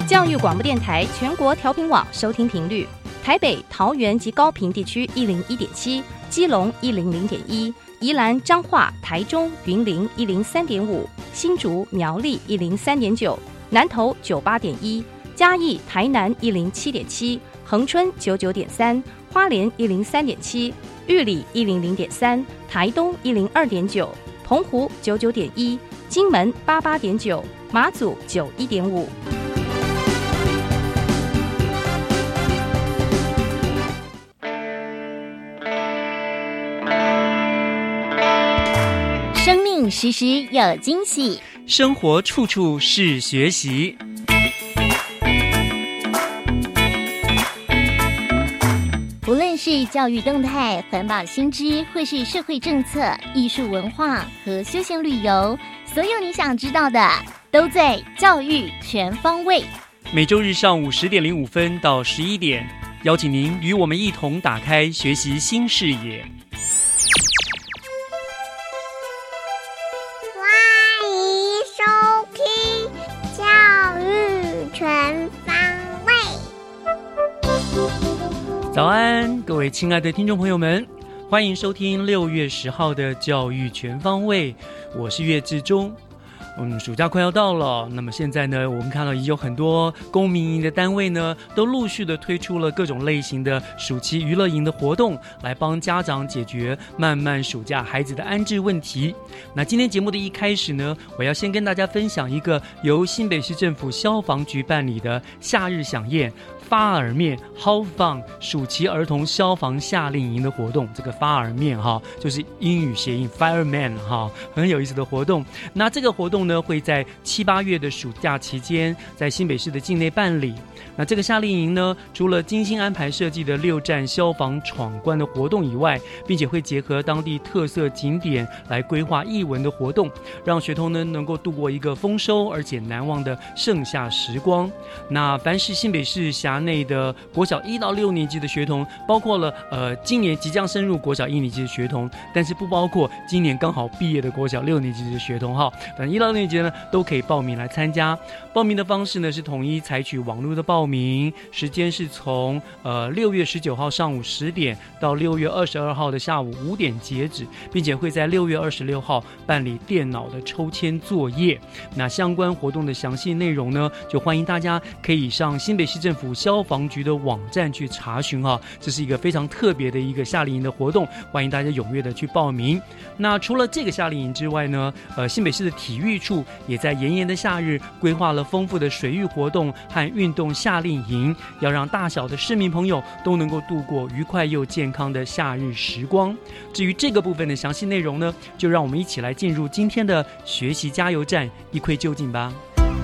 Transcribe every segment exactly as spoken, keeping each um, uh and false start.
教育广播电台全国调频网收听频率：台北、桃园及高屏地区一零一点七，基隆一零零点一，宜兰、彰化、台中、云林一零三点五，新竹、苗栗一零三点九，南投九八点一，嘉义、台南一零七点七，恒春九九点三，花莲一零三点七，玉里一零零点三，台东一零二点九，澎湖九九点一，金门八八点九，马祖九一点五。 生命时时有惊喜， 生活处处是学习。 无论是教育动态、环保新知，或是社会政策、艺术文化和休闲旅游，所有你想知道的，都在教育全方位。 每周日上午十点零五分到十一点，邀请您与我们一同打开学习新视野。 全方位。 早安，各位亲爱的听众朋友们，欢迎收听六月十号的教育全方位，我是岳志忠。嗯，暑假快要到了，那么现在呢，我们看到已经有很多公民营的单位呢，都陆续的推出了各种类型的暑期娱乐营的活动，来帮家长解决漫漫暑假孩子的安置问题。那今天节目的一开始呢，我要先跟大家分享一个由新北市政府消防局办理的夏日飨宴发耳面 How Fun 暑期儿童消防夏令营的活动。这个发耳面哈，就是英语谐音 Fireman 哈，很有意思的活动。那这个活动呢，会在七八月的暑假期间，在新北市的境内办理。那这个夏令营呢，除了精心安排设计的六站消防闯关的活动以外，并且会结合当地特色景点来规划艺文的活动，让学童呢能够度过一个丰收而且难忘的盛夏时光。那凡是新北市辖内的国小一到六年级的学童，包括了呃今年即将升入国小一年级的学童，但是不包括今年刚好毕业的国小六年级的学童哈。反正一到六年级呢都可以报名来参加。报名的方式呢是统一采取网络的报名，时间是从呃六月十九号上午十点到六月二十二号的下午五点截止，并且会在六月二十六号办理电脑的抽签作业。那相关活动的详细内容呢，就欢迎大家可以上新北市政府消防局的网站去查询哈。这是一个非常特别的一个夏令营的活动，欢迎大家踊跃的去报名。那除了这个夏令营之外呢，呃，新北市的体育处也在炎炎的夏日规划了丰富的水域活动和运动夏令营，要让大小的市民朋友都能够度过愉快又健康的夏日时光。至于这个部分的详细内容呢，就让我们一起来进入今天的学习加油站，一窥究竟吧。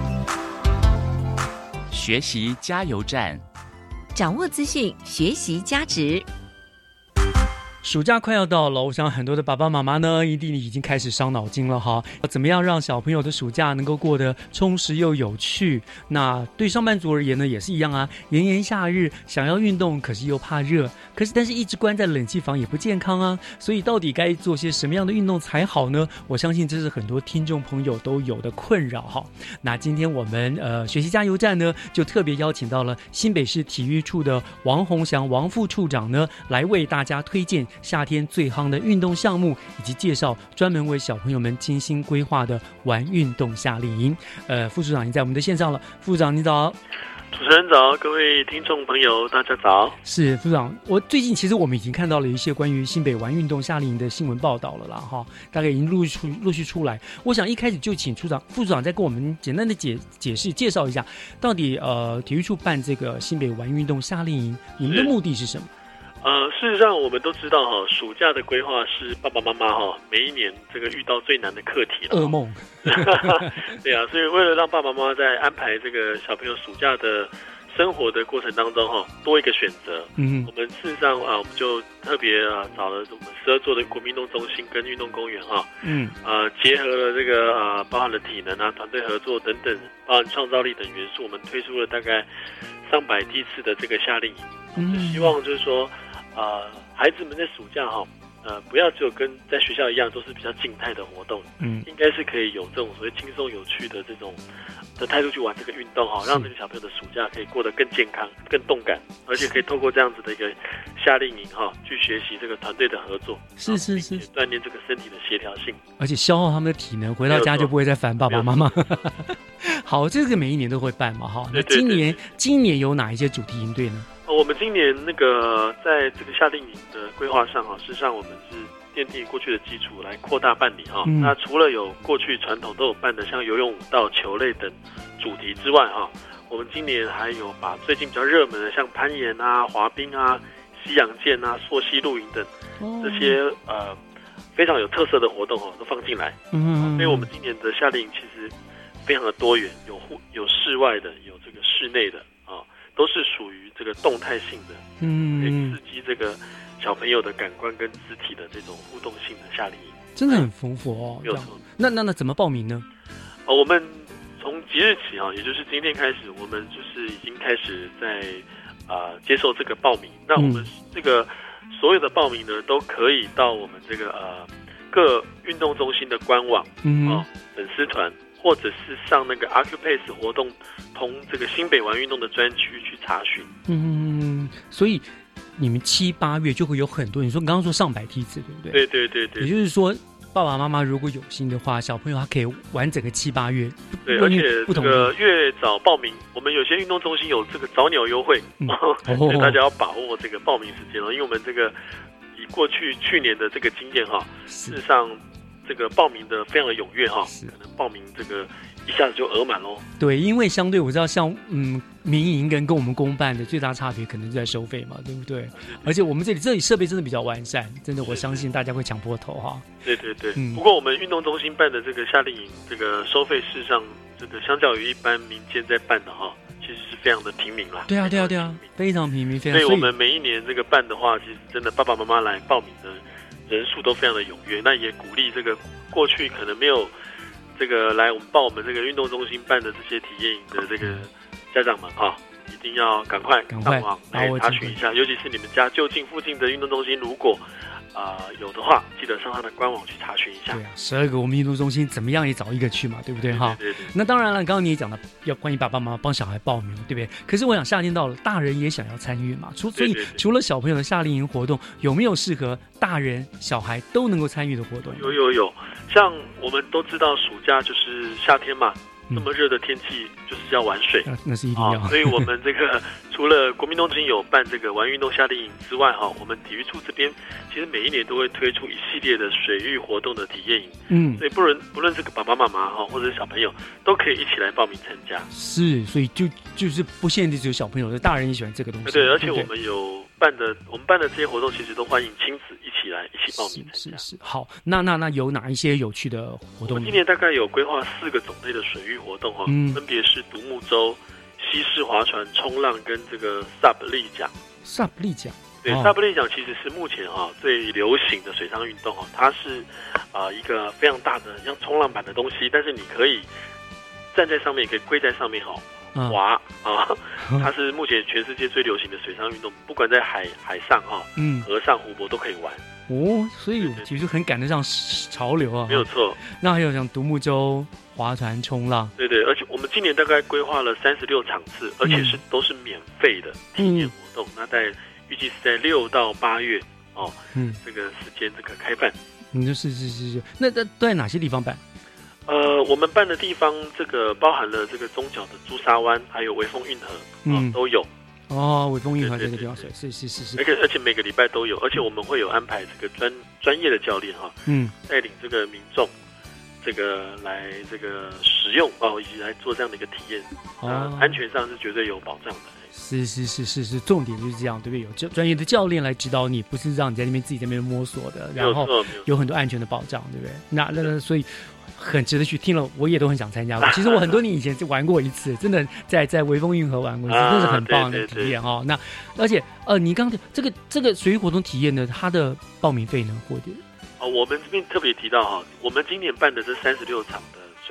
学习加油站， 掌握资讯，学习价值。 暑假快要到了，我想很多的爸爸妈妈呢，一定已经开始伤脑筋了哈。怎么样让小朋友的暑假能够过得充实又有趣？那对上班族而言呢，也是一样啊。炎炎夏日，想要运动，可是又怕热，可是但是一直关在冷气房也不健康啊。所以到底该做些什么样的运动才好呢？我相信这是很多听众朋友都有的困扰哈。那今天我们呃学习加油站呢，就特别邀请到了新北市体育处的王宏祥王副处长呢，来为大家推荐夏天最夯的运动项目，以及介绍专门为小朋友们精心规划的玩运动夏令营。呃，副处长已经在我们的线上了，副处长你早。 主持人早，各位听众朋友大家早。 是副处长，我最近其实我们已经看到了一些关于新北玩运动夏令营的新闻报道了啦哈，大概已经陆续出陆续出来。我想一开始就请处长副处长再跟我们简单的解解释介绍一下，到底呃体育处办这个新北玩运动夏令营，你们的目的是什么？ 呃，事实上我们都知道哈，暑假的规划是爸爸妈妈哈每一年这个遇到最难的课题了， 噩梦。 对啊，所以为了让爸爸妈妈在安排这个小朋友暑假的生活的过程当中哈，多一个选择，嗯，我们事实上啊，我们就特别啊找了我们十二座的国民运动中心跟运动公园哈，嗯，呃，结合了这个啊，包含了体能啊、团队合作等等，包含创造力等元素，我们推出了大概上百梯次的这个夏令营，嗯，就希望就是说。呃，孩子们在暑假哈， 呃，不要只有跟在学校一样都是比较静态的活动，嗯，应该是可以有这种所谓轻松有趣的这种的态度去玩这个运动哈，让这个小朋友的暑假可以过得更健康、更动感，而且可以透过这样子的一个夏令营哈，去学习这个团队的合作， 是是是， 锻炼这个身体的协调性， 而且消耗他们的体能，回到家就不会再烦爸爸妈妈。好，这个每一年都会办嘛哈。那今年今年有哪一些主题营队呢？ 哦，我们今年那个在这个夏令营的规划上哈，事实上我们是奠定过去的基础来扩大办理哈。嗯、那除了有过去传统都有办的像游泳、舞蹈、球类等主题之外哈，我们今年还有把最近比较热门的像攀岩啊、滑冰啊、西洋剑啊、溯溪露营等这些呃非常有特色的活动哈，都放进来。嗯，所以我们今年的夏令营其实非常的多元，有户有室外的，有这个室内的啊，都是属于这个动态性的，嗯，可以刺激这个小朋友的感官跟肢体的这种互动性的夏令营， 真的很丰富哦。 没有错。 那那那怎么报名呢？ 哦，我们从即日起啊，也就是今天开始，我们就是已经开始在啊、呃、接受这个报名。那我们这个所有的报名呢，都可以到我们这个呃各运动中心的官网，嗯，哦，粉丝团。或者是上那个 Acupace 活动同这个新北玩运动的专区去查询。 嗯，所以你们七八月就会有很多，你说你刚刚说上百梯次，对不对？ 对对对对。 也就是说，爸爸妈妈如果有心的话，小朋友他可以玩整个七八月。 对，而且这个越早报名，我们有些运动中心有这个早鸟优惠，嗯哦、所以大家要把握这个报名时间哦。因为我们这个以过去去年的这个经验哈，事实上。这个报名的非常的踊跃哈，可能报名这个一下子就额满喽。 对，因为相对我知道像嗯民营跟跟我们公办的最大差别可能就在收费嘛，对不对？而且我们这里这里设备真的比较完善，真的我相信大家会抢破头哈。 对对对，嗯、不过我们运动中心办的这个夏令营，这个收费事实上这个相较于一般民间在办的哈，其实是非常的平民啦。 对啊对啊对啊，非常平民，非常。 所以我们每一年这个办的话，其实真的爸爸妈妈来报名的人数都非常的踊跃，那也鼓励这个过去可能没有这个来我们报我们这个运动中心办的这些体验营的这个家长们哈，一定要赶快上网来查询一下，尤其是你们家就近附近的运动中心，如果啊、呃、有的话，记得上他的官网去查询一下。 对啊，十二个我们运动中心怎么样也找一个去嘛，对不对哈？ 对对对。 那当然了，刚刚你也讲了，要关于爸爸妈妈帮小孩报名，对不对？可是我想夏天到了，大人也想要参与嘛，除所以对对对除了小朋友的夏令营活动，有没有适合大人小孩都能够参与的活动？ 有有有，像我们都知道暑假就是夏天嘛。这么热的天气就是要玩水， 那, 那是一定要、 哦。所以我们这个除了国民运动中心有办这个玩运动夏令营之外，哈，我们体育处这边其实每一年都会推出一系列的水域活动的体验营。嗯，所以不论不论这个爸爸妈妈哈，或者是小朋友，都可以一起来报名参加。 是，所以就就是不限制只有小朋友，大人也喜欢这个东西。 对，而且我们有办的，我们办的这些活动，其实都欢迎亲子一起来一起报名参加。 是是是。好，那那那有哪一些有趣的活动呢？ 我们今年大概有规划四个种类的水域活动哈，嗯、分别是独木舟、西式划船、冲浪跟这个 S U P 立桨。 S U P 立桨， 对、哦、S U P 立桨其实是目前哈、啊、最流行的水上运动哈，它是啊、呃、一个非常大的像冲浪板的东西，但是你可以站在上面，也可以跪在上面哈。滑啊，它是目前全世界最流行的水上运动，不管在海海上哈，嗯，河上湖泊都可以玩哦，所以其实很赶得上潮流啊， 没有错。 那还有像独木舟、划船、冲浪， 对对，而且我们今年大概规划了三十六场次，而且是、嗯、都是免费的体验活动。嗯、那在预计是在六到八月哦，嗯，这个时间这个开办。 嗯，就是是是是，那在都在哪些地方办？ 呃，我们办的地方，这个包含了这个中角的朱砂湾，还有微风运河，嗯、哦，都有。 哦，微风运河这个地方，是是是是。 而且而且每个礼拜都有，而且我们会有安排这个专专业的教练哈，嗯，带领这个民众，这个来这个使用哦，以及来做这样的一个体验，哦、呃，安全上是绝对有保障的。 是是是是是，重点就是这样，对不对？有专业的教练来指导你，不是让你在那边自己在那边摸索的，然后有很多安全的保障，对不对？那那所以。很值得去，听了我也都很想参加过。其实我很多年以前就玩过一次，真的在在微风运河玩过一次，真的是很棒的体验哦。那而且呃，你刚刚这个这个水域活动体验呢，它的报名费呢，或者哦，我们这边特别提到哈，我们今年办的这三十六场的水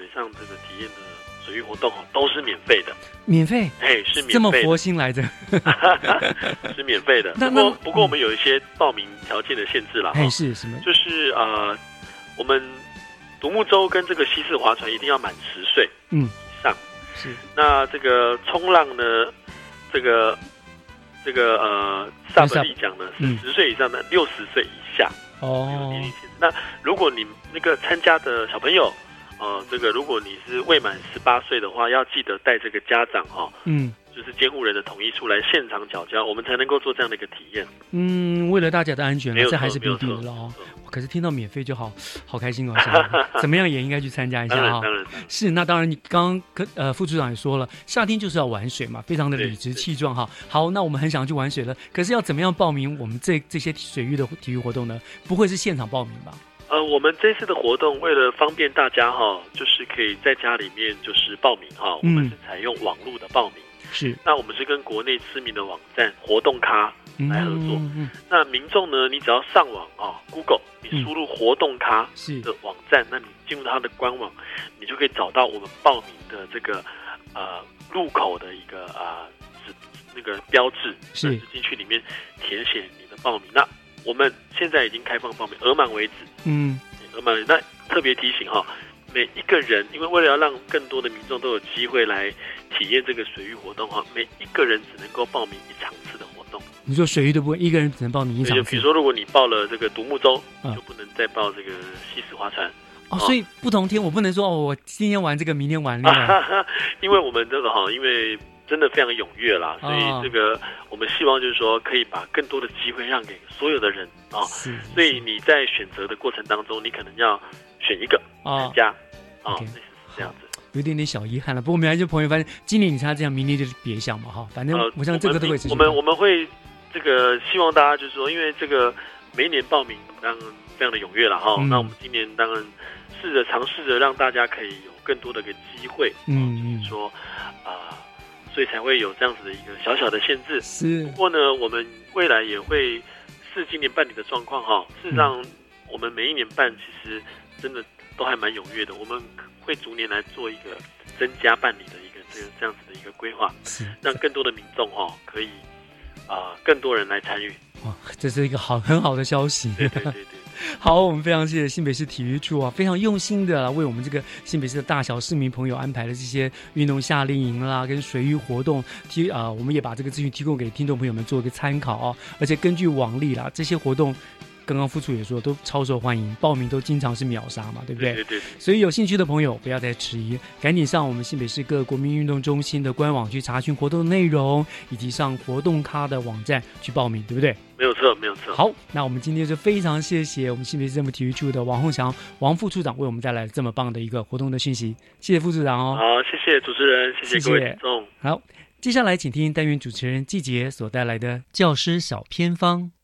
水上这个体验的水域活动都是免费的。 免费？ 哎，是免费的， 这么佛心来着？ 是免费的。 那不过不过我们有一些报名条件的限制啦。 哎，是什么？ 就是呃，我们独木舟跟这个西式划船一定要满十岁嗯以上。 是。 那这个冲浪呢，这个这个呃萨本利奖呢是十岁以上的六十岁以下。哦。那如果你那个参加的小朋友。呃，这个如果你是未满十八岁的话，要记得带这个家长哈、哦，嗯，就是监护人的同意书来现场缴交，我们才能够做这样的一个体验。 嗯，为了大家的安全，这还是必定的了哦。可是听到免费就好好开心哦，怎么样也应该去参加一下哈、哦。 当然， 是那当然，你刚刚呃副处长也说了，夏天就是要玩水嘛，非常的理直气壮哈。好，那我们很想去玩水了，可是要怎么样报名我们这这些水域的体育活动呢？不会是现场报名吧？ 呃，我们这次的活动为了方便大家哈，就是可以在家里面就是报名哈，我们是采用网络的报名。 是， 那我们是跟国内知名的网站活动咖来合作。嗯嗯、那民众呢，你只要上网啊 ，Google， 你输入活动咖的网站，嗯、那你进入它的官网，你就可以找到我们报名的这个呃入口的一个啊、呃、那个标志， 是进去里面填写你的报名。那我们现在已经开放报名，额满为止。嗯，额满。那特别提醒哈，每一个人，因为为了要让更多的民众都有机会来体验这个水域活动哈，每一个人只能够报名一场次的活动。 你说水域的部分，一个人只能报名一场次。 比如说，如果你报了这个独木舟，嗯、就不能再报这个西式划船。 哦，所以不同天我不能说哦，我今天玩这个，明天玩那个。 因为我们这个哈，因为真的非常踊跃啦，所以这个我们希望就是说，可以把更多的机会让给所有的人啊。是。所以你在选择的过程当中，你可能要选一个参加啊，类似是这样子。 有点点小遗憾了，不过我们还是朋友，反正今年你参加这样，明年就是别想嘛哈。反正我想这个都会。 我们我们会这个希望大家就是说，因为这个每一年报名当然非常的踊跃了哈。嗯、那我们今年当然试着尝试着让大家可以有更多的一个机会，嗯，就是说啊。呃所以才会有这样子的一个小小的限制。 是。 不过呢，我们未来也会视今年办理的状况哈。事实上，我们每一年办其实真的都还蛮踊跃的。我们会逐年来做一个增加办理的一个这个这样子的一个规划，让更多的民众哈可以啊、呃、更多人来参与。 哇，这是一个好很好的消息。 对对对对。 好，我们非常谢谢新北市体育处啊，非常用心的为我们这个新北市的大小市民朋友安排了这些运动夏令营啦，跟水域活动提啊、呃，我们也把这个资讯提供给听众朋友们做一个参考啊。而且根据往例啦，这些活动刚刚副处也说都超受欢迎，报名都经常是秒杀嘛，对不对？ 对对对。 所以有兴趣的朋友不要再迟疑，赶紧上我们新北市各国民运动中心的官网去查询活动的内容，以及上活动咖的网站去报名，对不对？ 没有错，没有错。 好，那我们今天就非常谢谢我们新北市政府体育处的王宏祥王副处长为我们带来这么棒的一个活动的讯息，谢谢副处长哦。 好，谢谢主持人，谢谢各位听众。 好，接下来请听单元主持人季杰所带来的教师小偏方。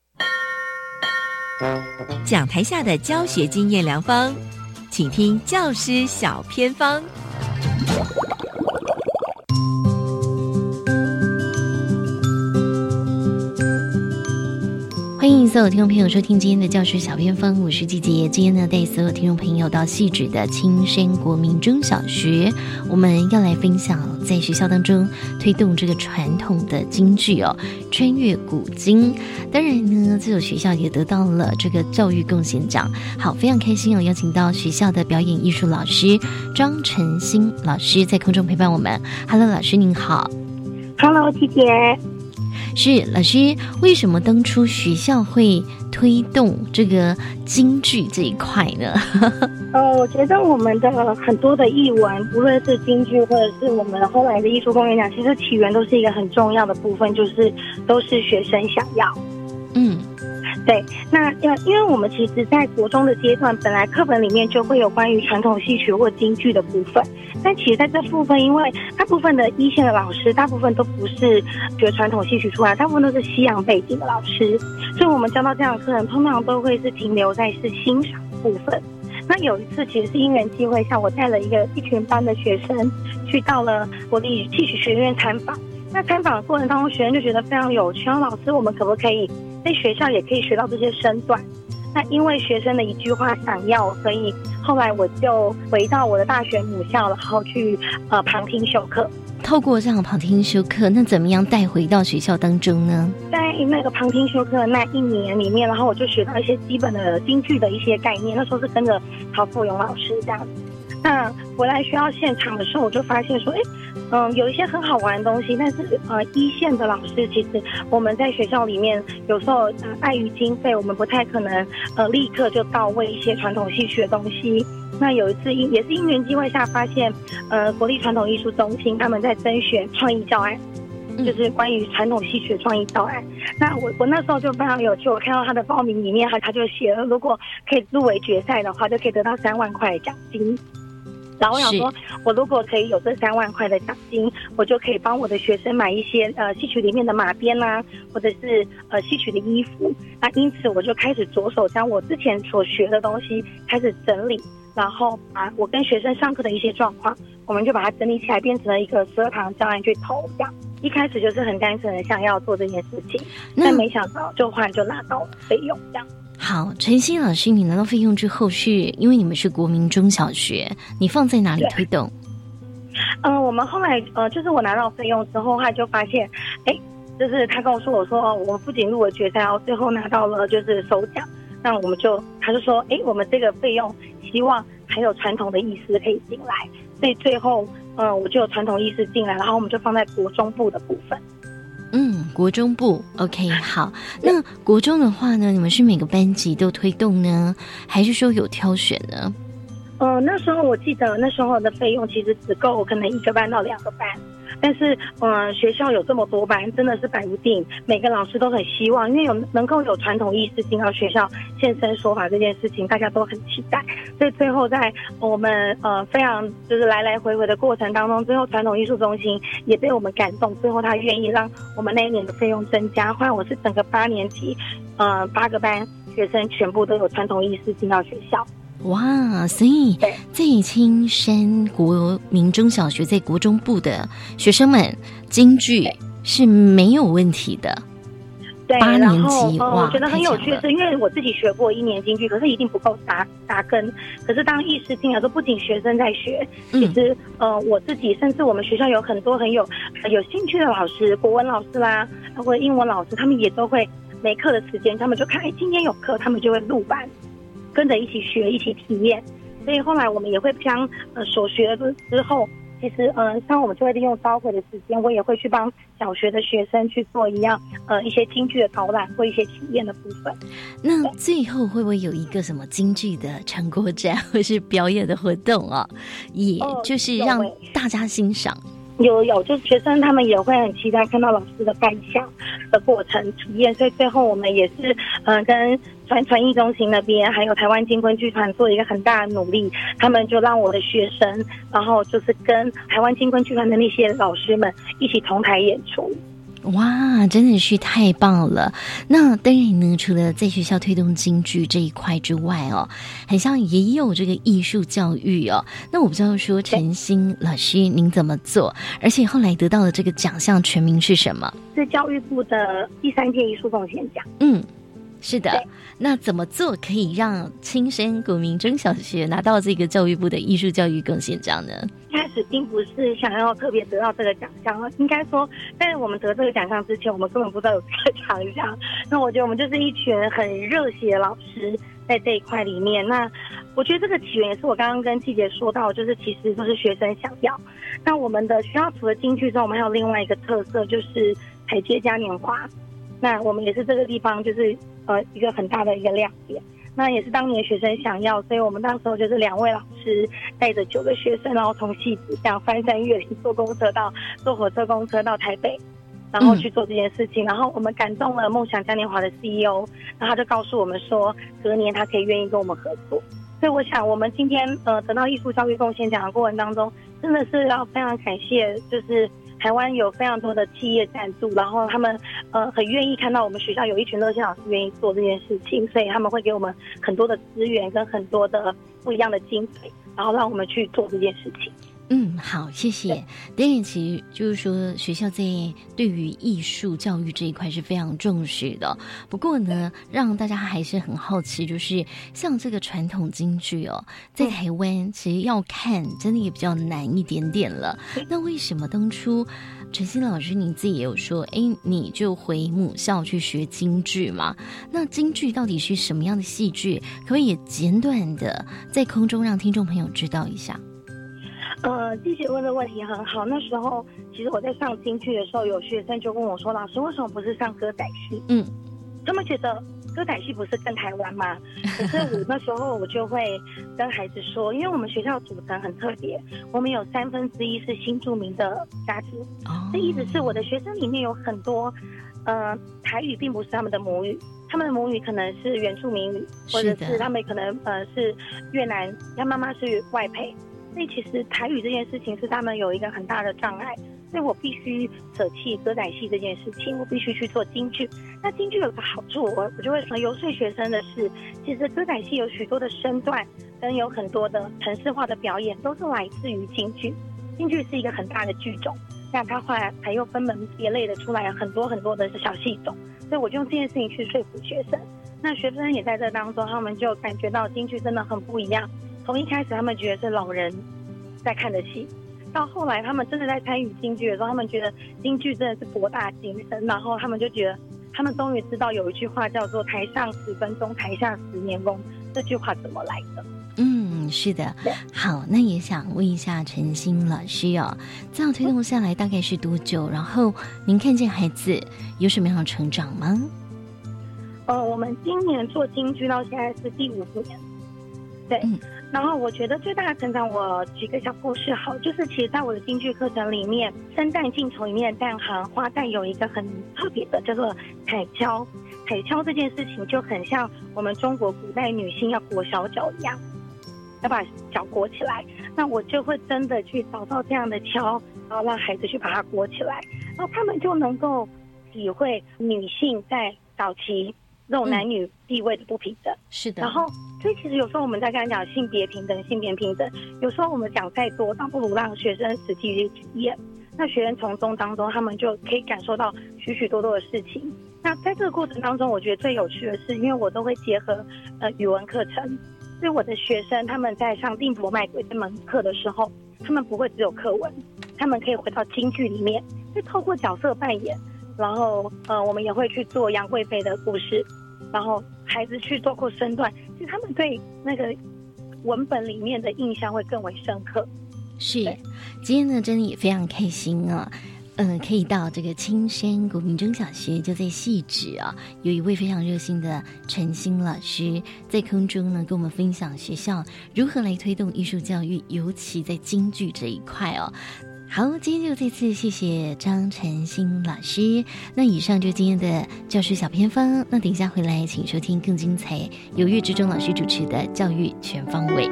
讲台下的教学经验良方，请听教师小偏方。 欢迎所有听众朋友收听今天的教师小偏方，我是季杰。今天呢，带所有听众朋友到汐止的青山国民中小学，我们要来分享在学校当中推动这个传统的京剧哦，穿越古今。当然呢，这所学校也得到了这个教育贡献奖。好，非常开心哦，邀请到学校的表演艺术老师张晨星老师在空中陪伴我们。Hello， 老师您好。 Hello， 季杰。 是老师，为什么当初学校会推动这个京剧这一块呢？ 呃，我觉得我们的很多的艺文，不论是京剧或者是我们后来的艺术公园奖，其实起源都是一个很重要的部分，就是都是学生想要。嗯。对，那呃，因为我们其实在国中的阶段，本来课本里面就会有关于传统戏曲或京剧的部分，但其实在这部分，因为大部分的一线的老师，大部分都不是学传统戏曲出来，大部分都是西洋背景的老师，所以我们教到这样的课程，通常都会是停留在是欣赏部分。那有一次其实是因缘机会，像我带了一个一群班的学生去到了国立戏曲学院参访。那参访的过程当中，学生就觉得非常有趣，然后老师，我们可不可以在学校也可以学到这些身段？那因为学生的一句话想要，所以后来我就回到我的大学母校，然后去呃旁听修课。 透过这样旁听修课，那怎么样带回到学校当中呢？ 在那个旁听修课那一年里面，然后我就学到一些基本的京剧的一些概念。那时候是跟着曹富勇老师这样子。那回来学校现场的时候，我就发现说，哎，嗯，有一些很好玩的东西，但是呃，一线的老师其实我们在学校里面有时候呃碍于经费，我们不太可能呃立刻就到位一些传统戏曲的东西。那有一次因也是因缘机会下发现，呃，国立传统艺术中心他们在甄选创意教案，就是关于传统戏曲的创意教案。那我我那时候就非常有趣，我看到他的报名里面，他他就写了，如果可以入围决赛的话，就可以得到三万块的奖金。然后我想说，我如果可以有这三万块的奖金，我就可以帮我的学生买一些呃戏曲里面的马鞭啦、啊，或者是呃戏曲的衣服。那因此我就开始着手将我之前所学的东西开始整理，然后把我跟学生上课的一些状况，我们就把它整理起来，变成了一个十二堂教案去投这样。一开始就是很单纯的想要做这件事情，但没想到就后来就拿到费用这样。 好，晨曦老师，你拿到费用之后是因为你们是国民中小学，你放在哪里推动？ 嗯、呃，我们后来呃，就是我拿到费用之后，他就发现，哎，就是他跟我说，我说哦，我不仅入了决赛，然后最后拿到了就是首奖，那我们就他就说，哎，我们这个费用希望还有传统的意思可以进来，所以最后嗯、呃，我就有传统意识进来，然后我们就放在国中部的部分。 嗯，国中部 OK 好。那国中的话呢，你们是每个班级都推动呢，还是说有挑选呢？ 呃，那时候我记得那时候的费用其实只够可能一个班到两个班，但是呃学校有这么多班，真的是摆不定。每个老师都很希望，因为有能够有传统意识进到学校现身说法这件事情，大家都很期待。所以最后在我们呃非常就是来来回回的过程当中，最后传统艺术中心也被我们感动，最后他愿意让我们那一年的费用增加，后来我是整个八年级呃八个班学生全部都有传统意识进到学校。 哇，所以在青山国民中小学在国中部的学生们，京剧是没有问题的。 对， 八年级， 呃、 哇， 我觉得很有趣的是，因为我自己学过一年京剧，可是一定不够扎扎根。可是当意识进来说，不仅学生在学，其实、嗯、呃我自己，甚至我们学校有很多很有有兴趣的老师，国文老师啦，或者英文老师，他们也都会没课的时间，他们就看，哎，今天有课，他们就会入班。跟着一起学，一起体验，所以后来我们也会将呃所学的之后，其实呃像我们就会利用召回的时间，我也会去帮小学的学生去做一样呃一些京剧的导览或一些体验的部分。 那最后会不会有一个什么京剧的成果展或是表演的活动哦？也就是让大家欣赏。 有有，就是学生他们也会很期待看到老师的扮相的过程体验，所以最后我们也是呃跟传传艺中心那边还有台湾金昆剧团做一个很大的努力，他们就让我的学生，然后就是跟台湾金昆剧团的那些老师们一起同台演出。 哇，真的是太棒了！那当然呢，除了在学校推动京剧这一块之外哦，很像也有这个艺术教育哦。那我不知道说晨曦老师您怎么做，而且后来得到的这个奖项全名是什么？ 是教育部的第三届艺术贡献奖。 嗯。是的，那怎么做可以让青山国民中小学拿到这个教育部的艺术教育贡献奖呢？ 一开始并不是想要特别得到这个奖项，应该说，在我们得这个奖项之前，我们根本不知道有这个奖项。那我觉得我们就是一群很热血的老师在这一块里面。那我觉得这个起源也是我刚刚跟季姐说到，就是其实都是学生想要。那我们的学校除了京剧之外，我们还有另外一个特色，就是台阶嘉年华。那我们也是这个地方就是呃一个很大的一个亮点，那也是当年学生想要，所以我们那时候就是两位老师带着九个学生，然后从戏子这样翻山越岭，坐公车到坐火车公车到台北，然后去做这件事情。嗯、然后我们感动了梦想嘉年华的 C E O， 然后他就告诉我们说，隔年他可以愿意跟我们合作。所以我想，我们今天呃得到艺术教育贡献奖的过程当中，真的是要非常感谢，就是台湾有非常多的企业赞助，然后他们呃很愿意看到我们学校有一群热心老师愿意做这件事情，所以他们会给我们很多的资源跟很多的不一样的经费，然后让我们去做这件事情。 嗯，好，谢谢。当然，其实就是说，学校在对于艺术教育这一块是非常重视的。不过呢，让大家还是很好奇，就是像这个传统京剧哦，在台湾其实要看真的也比较难一点点了。那为什么当初陈欣老师你自己也有说，哎，你就回母校去学京剧嘛？那京剧到底是什么样的戏剧？可不可以也简短的在空中让听众朋友知道一下？ 呃，季姐问的问题很好。那时候其实我在上京剧的时候，有学生就跟我说：“老师，为什么不是上歌仔戏？”嗯，他们觉得歌仔戏不是更台湾吗？可是我那时候我就会跟孩子说，因为我们学校组成很特别，我们有三分之一是新住民的家庭，这意思是我的学生里面有很多，呃，台语并不是他们的母语。他们的母语可能是原住民语，或者是他们可能呃是越南，他妈妈是外配。所以其实台语这件事情是他们有一个很大的障碍，所以我必须舍弃歌仔戏这件事情，我必须去做京剧。那京剧有个好处，我我就会说游说学生的是，其实歌仔戏有许多的身段跟有很多的程式化的表演都是来自于京剧。京剧是一个很大的剧种，那它后来还又分门别类的出来很多很多的小戏种，所以我就用这件事情去说服学生。那学生也在这当中，他们就感觉到京剧真的很不一样。从一开始他们觉得是老人在看的戏，到后来他们真的在参与京剧的时候，他们觉得京剧真的是博大精深，然后他们就觉得他们终于知道有一句话叫做台上十分钟台下十年功，这句话怎么来的。 嗯，是的。好，那也想问一下陈欣老师哦，这样推动下来大概是多久？然后您看见孩子有什么样的成长吗？ 呃，我们今年做京剧到现在是第五年，对。嗯，然后我觉得最大的成长，我举个小故事好，就是其实在我的京剧课程里面，生旦净丑里面的旦行花旦有一个很特别的叫做彩跷。彩跷这件事情就很像我们中国古代女性要裹小脚一样，要把脚裹起来。那我就会真的去找到这样的跷，然后让孩子去把它裹起来，然后他们就能够体会女性在早期这种男女地位的不平等。嗯，是的。然后所以其实有时候我们在跟他讲性别平等性别平等，有时候我们讲再多倒不如让学生实际去体验，那学生从中当中他们就可以感受到许许多多的事情。那在这个过程当中，我觉得最有趣的是，因为我都会结合呃语文课程，所以我的学生他们在上定伯卖鬼这门课的时候，他们不会只有课文，他们可以回到京剧里面，就透过角色扮演，然后呃我们也会去做杨贵妃的故事，然后孩子去做过身段，其实他们对那个文本里面的印象会更为深刻。 是，今天呢真的也非常开心啊。嗯，可以到这个青山国民中小学，就在汐止啊，有一位非常热心的陈欣老师在空中呢，跟我们分享学校如何来推动艺术教育，尤其在京剧这一块哦。好，今天就再次谢谢张陈欣老师。那以上就是今天的教师小偏方，那等一下回来请收听更精彩，由岳志忠老师主持的教育全方位。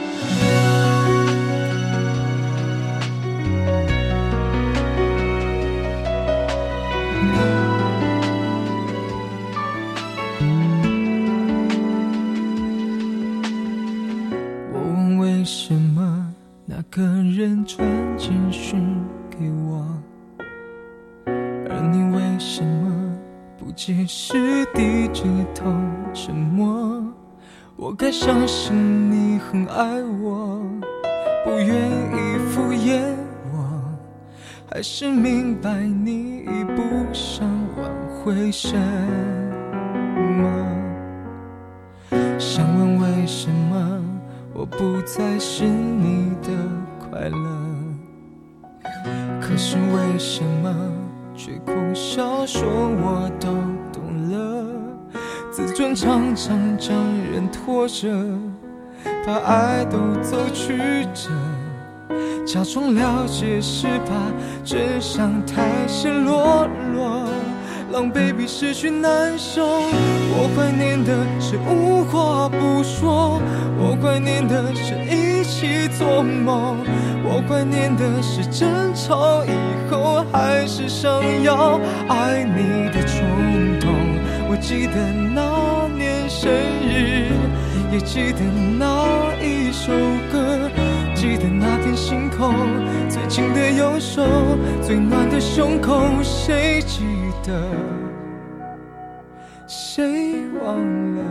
个人传简讯给我，而你为什么不解释低着头沉默？我该相信你很爱我，不愿意敷衍我，还是明白你已不想挽回什么？想问为什么我不再是你的快乐，可是为什么却苦笑说我都懂了？自尊常常将人拖着，把爱都走曲折，假装了解是怕真相太显裸裸，狼狈比失去难受。我怀念的是无话不说，我怀念的是一起做梦，我怀念的是争吵以后还是想要爱你的冲动。我记得那年生日，也记得那一首歌， 记得那片星空，最近的右手，最暖的胸口，谁记得，谁忘了？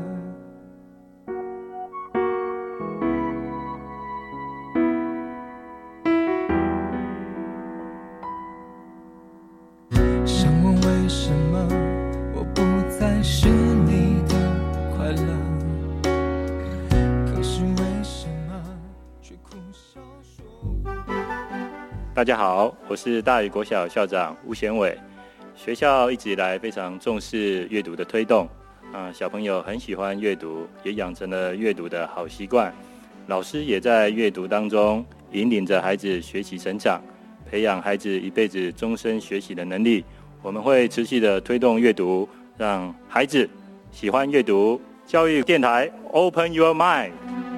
想问为什么我不再是你的快乐，可是为什么却苦笑说。 大家好，我是大屿国小校长吴贤伟。学校一直以来非常重视阅读的推动，啊，小朋友很喜欢阅读，也养成了阅读的好习惯。老师也在阅读当中引领着孩子学习成长，培养孩子一辈子终身学习的能力。我们会持续的推动阅读，让孩子喜欢阅读。教育电台 Open Your Mind。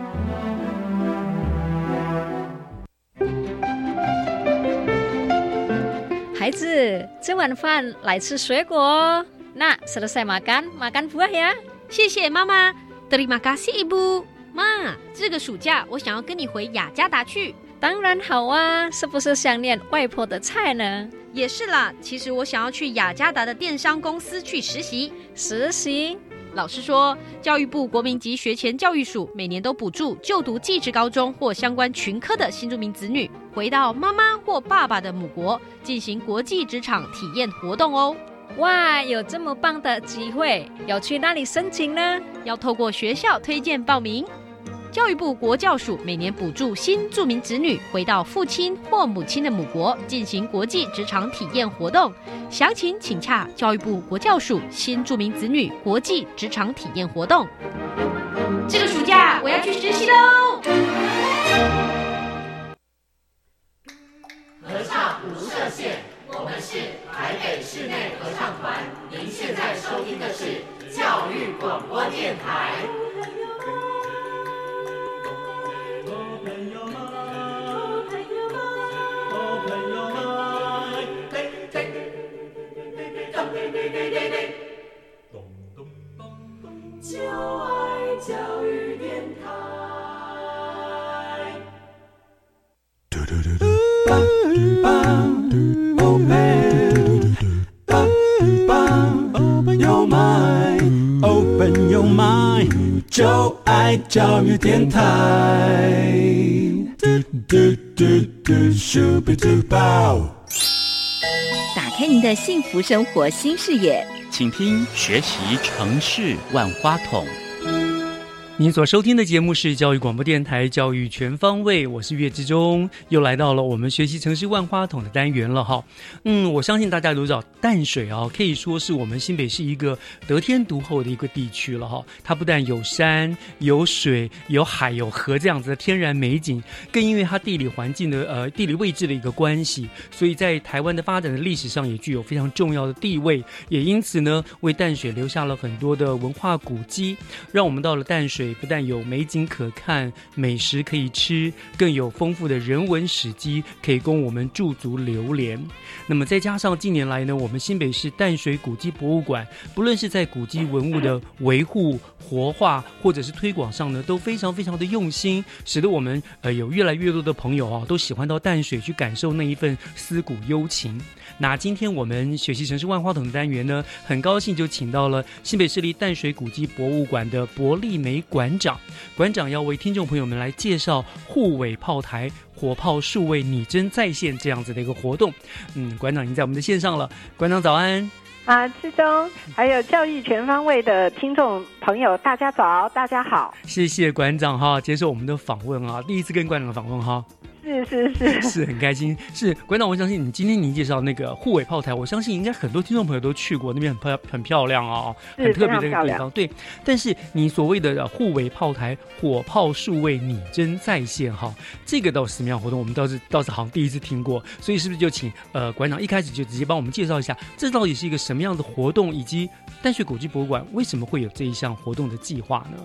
孩子，吃晚饭来吃水果。那 selesai makan makan buah ya。 谢谢妈妈。Terima kasih ibu。妈，这个暑假我想要跟你回雅加达去。 当然好啊，是不是想念外婆的菜呢？ 也是啦，其实我想要去雅加达的电商公司去实习。 实习？ 老师说，教育部国民级学前教育署每年都补助就读技职高中或相关群科的新住民子女，回到妈妈或爸爸的母国进行国际职场体验活动哦。 哇，有这么棒的机会，要去哪里申请呢？ 要透过学校推荐报名。教育部国教署每年补助新住民子女回到父亲或母亲的母国进行国际职场体验活动，详情请洽教育部国教署新住民子女国际职场体验活动。这个暑假我要去实习喽！ 合唱无设限，我们是台北室内合唱团。您现在收听的是教育广播电台。就爱教育电台。Open your mind, open your mind， 就爱教育电台。 打开您的幸福生活新视野， 请听学习城市万花筒。 您所收听的节目是教育广播电台教育全方位，我是岳志忠，又来到了我们学习城市万花筒的单元了哈。嗯，我相信大家都知道淡水啊，可以说是我们新北市一个得天独厚的一个地区了哈。它不但有山、有水、有海、有河这样子的天然美景，更因为它地理环境的呃地理位置的一个关系，所以在台湾的发展的历史上也具有非常重要的地位，也因此呢，为淡水留下了很多的文化古迹，让我们到了淡水不但有美景可看，美食可以吃，更有丰富的人文史迹可以供我们驻足流连。那么再加上近年来呢，我们新北市淡水古迹博物馆不论是在古迹文物的维护、活化或者是推广上呢，都非常非常的用心，使得我们呃有越来越多的朋友啊，都喜欢到淡水去感受那一份思古幽情。那今天我们学习城市万花筒的单元呢，很高兴就请到了新北市立淡水古迹博物馆的柏丽梅馆长。馆长要为听众朋友们来介绍护尾炮台火炮数位拟真再现这样子的一个活动。嗯，馆长已经在我们的线上了，馆长早安。 啊，志忠，还有教育全方位的听众朋友，大家早，大家好。 谢谢馆长哈，接受我们的访问啊，第一次跟馆长的访问哈。 是是是， 是很开心。是馆长，我相信你今天您介绍那个护尾炮台，我相信应该很多听众朋友都去过，那边很漂很漂亮哦，很特别的一个地方。对，但是你所谓的护尾炮台火炮数位拟真再现哈，这个倒是什么样活动？我们倒是倒是好像第一次听过，所以是不是就请呃馆长一开始就直接帮我们介绍一下，这到底是一个什么样的活动，以及淡水古迹博物馆为什么会有这一项活动的计划呢？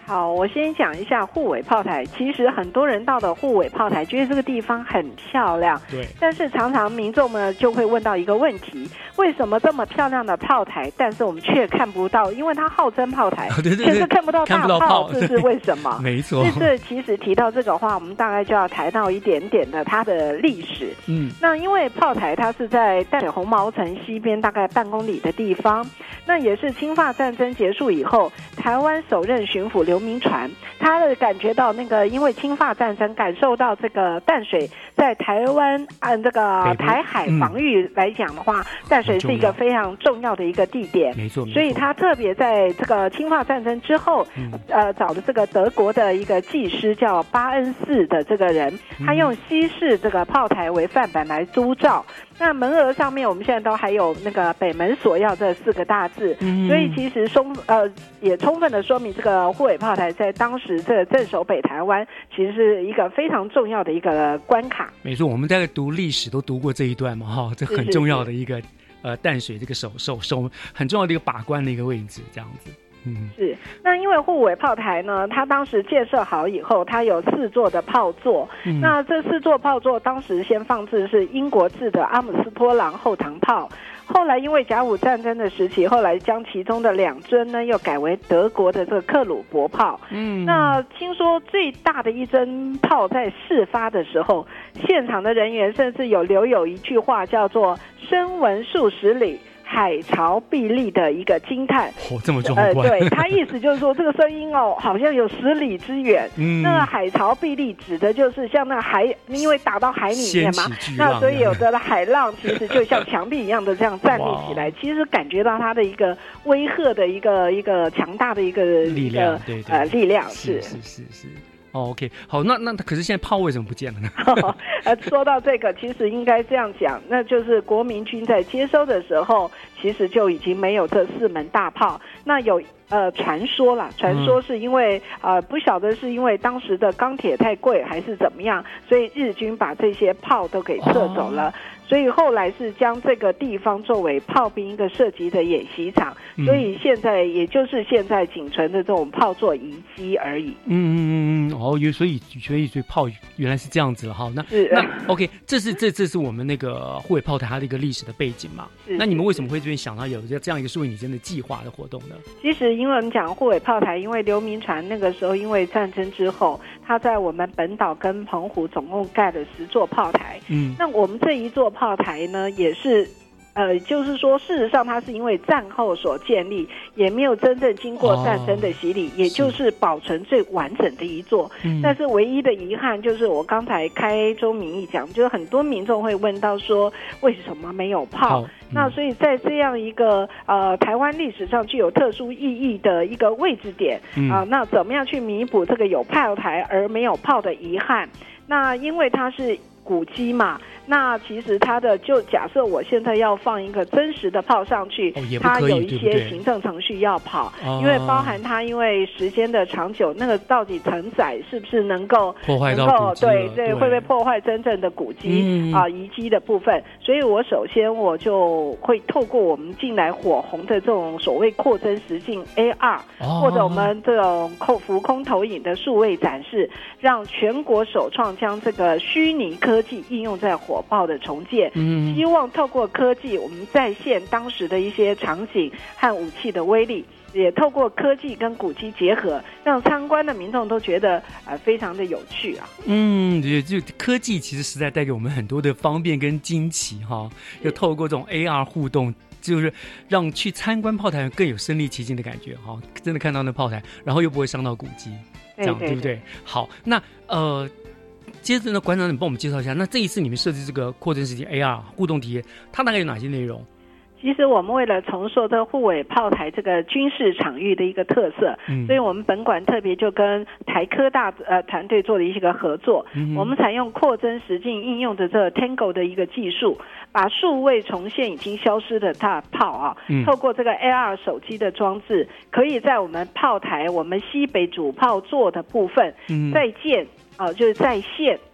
好，我先讲一下护尾炮台。其实很多人到的护尾炮台觉得这个地方很漂亮， 对。 但是常常民众们就会问到一个问题：为什么这么漂亮的炮台，但是我们却看不到？因为它号称炮台， 对对对， 可是看不到大炮，这是为什么？ 没错。 所以这其实提到这个话，我们大概就要谈到一点点的它的历史。嗯，那因为炮台它是在淡水红毛城西边大概半公里的地方，那也是清法战争结束以后，台湾首任巡抚刘铭传，他的感觉到那个因为清法战争，感受到这个淡水在台湾按这个台海防御来讲的话，嗯、淡水是一个非常重要的一个地点， 没错。 所以他特别在这个清法战争之后，嗯、呃，找的这个德国的一个技师叫巴恩斯的这个人，他用西式这个炮台为范本来督造。那门额上面，我们现在都还有那个北门锁钥这四个大字，嗯、所以其实充呃也充分的说明这个护尾炮台在当时这镇守北台湾，其实是一个非常重要的一个关卡。 没错，我们大概读历史都读过这一段嘛，哈，这很重要的一个是是是呃淡水这个守守守很重要的一个把关的一个位置，这样子。嗯， 是。那因为护尾炮台呢，它当时建设好以后，它有四座的炮座。嗯、那这四座炮座当时先放置是英国制的阿姆斯托朗后膛炮，后来因为甲午战争的时期，后来将其中的两尊呢又改为德国的这个克虏伯炮。嗯，那听说最大的一尊炮在事发的时候，现场的人员甚至有留有一句话叫做“声闻数十里，海潮壁立”的一个惊叹。 哦，这么壮观！ 呃，对，他意思就是说这个声音哦，好像有十里之远。嗯，那个海潮壁立指的就是像那个海，因为打到海里面嘛，那所以有的海浪其实就像墙壁一样的这样站立起来，其实感觉到它的一个威吓的一个一个强大的一个力量，对对， 呃，力量是是是是。哦 ，OK， 好，那那可是现在炮为什么不见了呢？ 呃，说到这个，其实应该这样讲，那就是国民军在接收的时候，其实就已经没有这四门大炮。那有呃传说啦，传说是因为、嗯、呃不晓得是因为当时的钢铁太贵还是怎么样，所以日军把这些炮都给撤走了。哦，所以后来是将这个地方作为炮兵一个射击的演习场，嗯、所以现在也就是现在仅存的这种炮座遗迹而已。 嗯嗯嗯嗯，哦，所以所以所以炮原来是这样子了哈。那那 OK， 这是这这是我们那个护尾炮台它的一个历史的背景嘛。那你们为什么会这边想到有这样一个数位拟真的计划的活动呢？ 其实因为我们讲护尾炮台，因为刘铭传那个时候因为战争之后，他在我们本岛跟澎湖总共盖了十座炮台。嗯，那我们这一座炮台呢，也是，呃，就是说，事实上它是因为战后所建立，也没有真正经过战争的洗礼，哦、也就是保存最完整的一座。嗯、但是唯一的遗憾就是我刚才开宗明义讲，就是很多民众会问到说，为什么没有炮？嗯、那所以在这样一个呃台湾历史上具有特殊意义的一个位置点啊、嗯呃，那怎么样去弥补这个有炮台而没有炮的遗憾？那因为它是古迹嘛，那其实它的就假设我现在要放一个真实的炮上去，哦、它有一些行政程序要跑， 哦、 因为包含它因为时间的长久，那个到底承载是不是能够破坏到古迹， 对对，会不会破坏真正的古迹啊、嗯、遗迹的部分？所以我首先我就会透过我们近来火红的这种所谓扩增实境 A R，哦、或者我们这种浮空投影的数位展示，让全国首创将这个虚拟科技应用在火炮的重建，嗯，希望透过科技，我们再现当时的一些场景和武器的威力，也透过科技跟古迹结合，让参观的民众都觉得呃非常的有趣啊。 嗯，就科技其实实在带给我们很多的方便跟惊奇哈，又透过这种 A R 互动，就是让去参观炮台更有身临其境的感觉哈，真的看到那炮台，然后又不会伤到古迹，这样 对, 对, 对不对？好，那呃。接着呢，馆长，你帮我们介绍一下，那这一次你们设计这个扩增实境 A R 互动体验，它大概有哪些内容？ 其实我们为了重塑这个护尾炮台这个军事场域的一个特色，嗯、所以我们本馆特别就跟台科大呃团队做了一个合作，嗯、我们采用扩增实境应用的这个 Tango 的一个技术，把数位重现已经消失的大炮啊，嗯、透过这个 A R 手机的装置，可以在我们炮台我们西北主炮座的部分，嗯、再建。哦，就是在线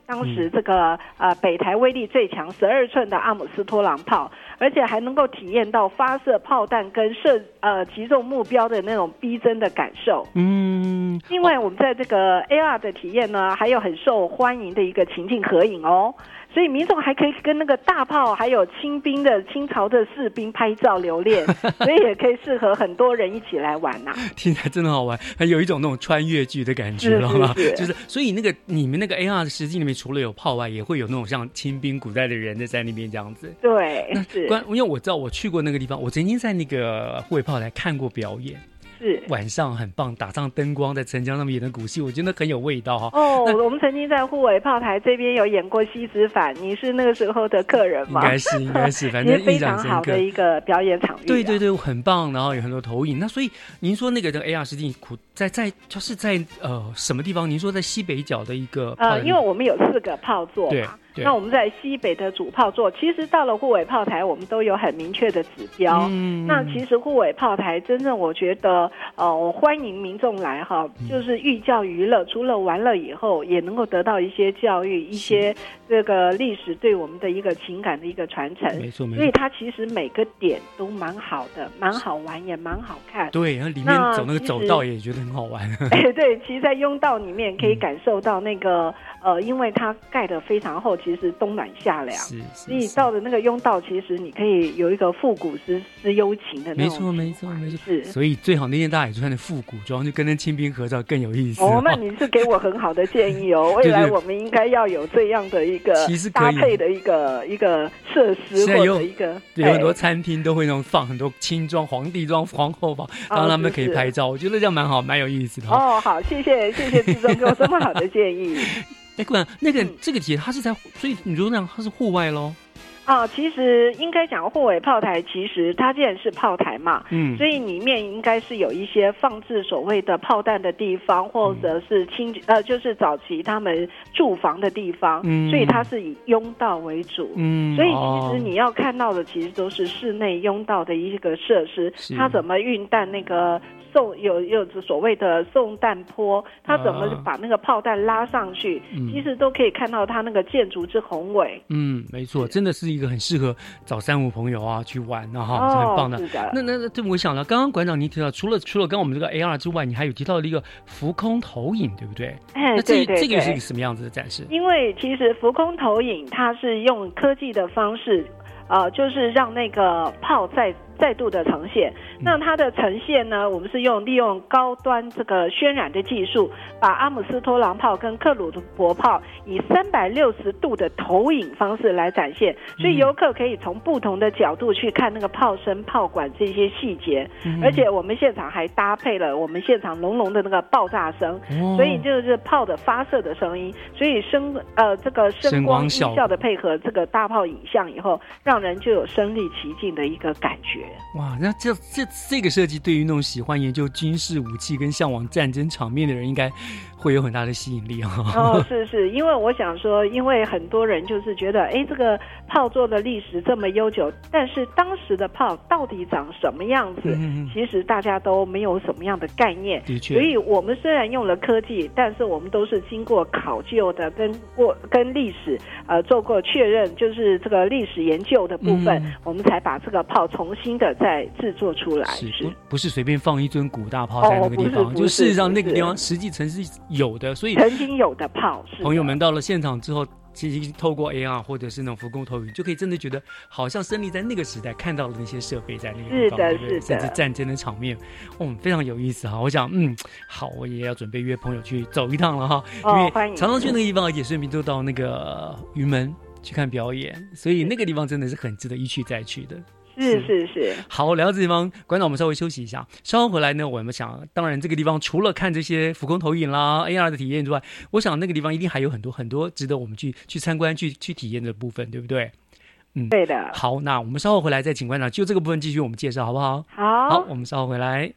当时这个、嗯、呃北台威力最强十二寸的阿姆斯托朗炮，而且还能够体验到发射炮弹跟射呃击中目标的那种逼真的感受。嗯，另外我们在这个 A R 的体验呢，还有很受欢迎的一个情境合影哦。所以民众还可以跟那个大炮还有清兵的清朝的士兵拍照留念，所以也可以适合很多人一起来玩呐、啊。 听起来真的好玩，还有一种那种穿越剧的感觉，知道吗？就是所以那个你们那个 A R 的实际里面，除了有炮外，也会有那种像清兵古代的人在那边这样子。 对， 那关因为我知道我去过那个地方，我曾经在那个护卫炮台看过表演。 是晚上很棒，打上灯光，在城墙上面演的古戏，我觉得很有味道哈。 哦，我们曾经在护卫炮台这边有演过西子反，你是那个时候的客人吗？ 应该是，应该是，反正非常好的一个表演场域、啊。 对对对，很棒，然后有很多投影。那所以您说那个这个 A R 实际在在就是在呃什么地方？您说在西北角的一个呃，因为我们有四个炮座嘛。那我们在西北的主炮座，其实到了护卫炮台，我们都有很明确的指标。嗯、那其实护卫炮台真正我觉得，呃，我欢迎民众来哈，就是寓教于乐。除了玩乐以后，也能够得到一些教育，一些这个历史对我们的一个情感的一个传承。 没错，没错。 所以它其实每个点都蛮好的，蛮好玩，也蛮好看。 对，然后里面走那个走道也觉得很好玩。 哎，对，其实，在拥道里面可以感受到那个。呃，因为它盖得非常厚，其实冬暖夏凉， 是， 所以到了那个拥道，其实你可以有一个复古诗诗幽情的那种。 没错，没错，没错。是，所以最好那天大家也穿的复古装，就跟那清兵合照更有意思。 哦，那你是给我很好的建议哦。未来我们应该要有这样的一个搭配的一个一个设施或者一个。 有很多餐厅都会那种放很多轻装、皇帝装、皇后房，让他们可以拍照。我觉得这样蛮好，蛮有意思的。 哦，好，谢谢谢谢志忠给我这么好的建议。 哎，不然那个、嗯、这个节它是在，所以你说那样它是户外咯？ 啊，其实应该讲护卫炮台，其实它既然是炮台嘛，嗯，所以里面应该是有一些放置所谓的炮弹的地方，或者是清、嗯、呃，就是早期他们驻防的地方，嗯，所以它是以拥道为主，嗯，所以其实你要看到的其实都是室内拥道的一个设施，它怎么运弹那个。送有有所谓的送弹坡，它怎么把那个炮弹拉上去、嗯、其实都可以看到它那个建筑之宏伟。 嗯，没错，真的是一个很适合找三五朋友啊去玩啊哈、哦，是很棒的。 是的。 那那这我想了，刚刚馆长您提到，除了除了跟我们这个 A R 之外，你还有提到的一个浮空投影，对不对？ 哎， 那这对对对， 这个是一个什么样子的展示？ 因为其实浮空投影它是用科技的方式，呃，就是让那个炮在。再度的呈现，那它的呈现呢，我们是用利用高端这个渲染的技术，把阿姆斯托朗炮跟克鲁伯炮以三百六十度的投影方式来展现，所以游客可以从不同的角度去看那个炮声、炮管这些细节，嗯、而且我们现场还搭配了我们现场隆隆的那个爆炸声，哦、所以就是炮的发射的声音，所以声呃这个声光音效的配合，这个大炮影像以后，让人就有身临其境的一个感觉。 哇，那这这这个设计对于那种喜欢研究军事武器跟向往战争场面的人，应该会有很大的吸引力啊！ 哦，是是，因为我想说，因为很多人就是觉得，哎，这个炮座的历史这么悠久，但是当时的炮到底长什么样子，嗯、其实大家都没有什么样的概念。 的确， 所以我们虽然用了科技，但是我们都是经过考究的，跟过跟历史呃做过确认，就是这个历史研究的部分，嗯、我们才把这个炮重新的再制作出来。 是，是不不是随便放一尊古大炮在那个地方？哦、就事实上那个地方实际曾是有的，所以曾经有的炮。 朋友们到了现场之后，其实透过 A R 或者是那种浮空投影，就可以真的觉得好像身临在那个时代，看到了那些设备在那个地方， 是的， 对不对？ 是的， 甚至战争的场面，哦，非常有意思哈。我想，嗯，好，我也要准备约朋友去走一趟了哈， 哦、 因为常常去那个地方，也顺便都到那个云门去看表演，所以那个地方真的是很值得一去再去的。 是是是， 好，聊到这地方，馆长，我们稍微休息一下，稍后回来呢，我们想，当然这个地方除了看这些浮空投影啦、A R 的体验之外，我想那个地方一定还有很多很多值得我们去去参观、去去体验的部分，对不对？ 嗯，对的。 好，那我们稍后回来再请馆长就这个部分继续我们介绍，好不好？ 好， 好，我们稍后回来。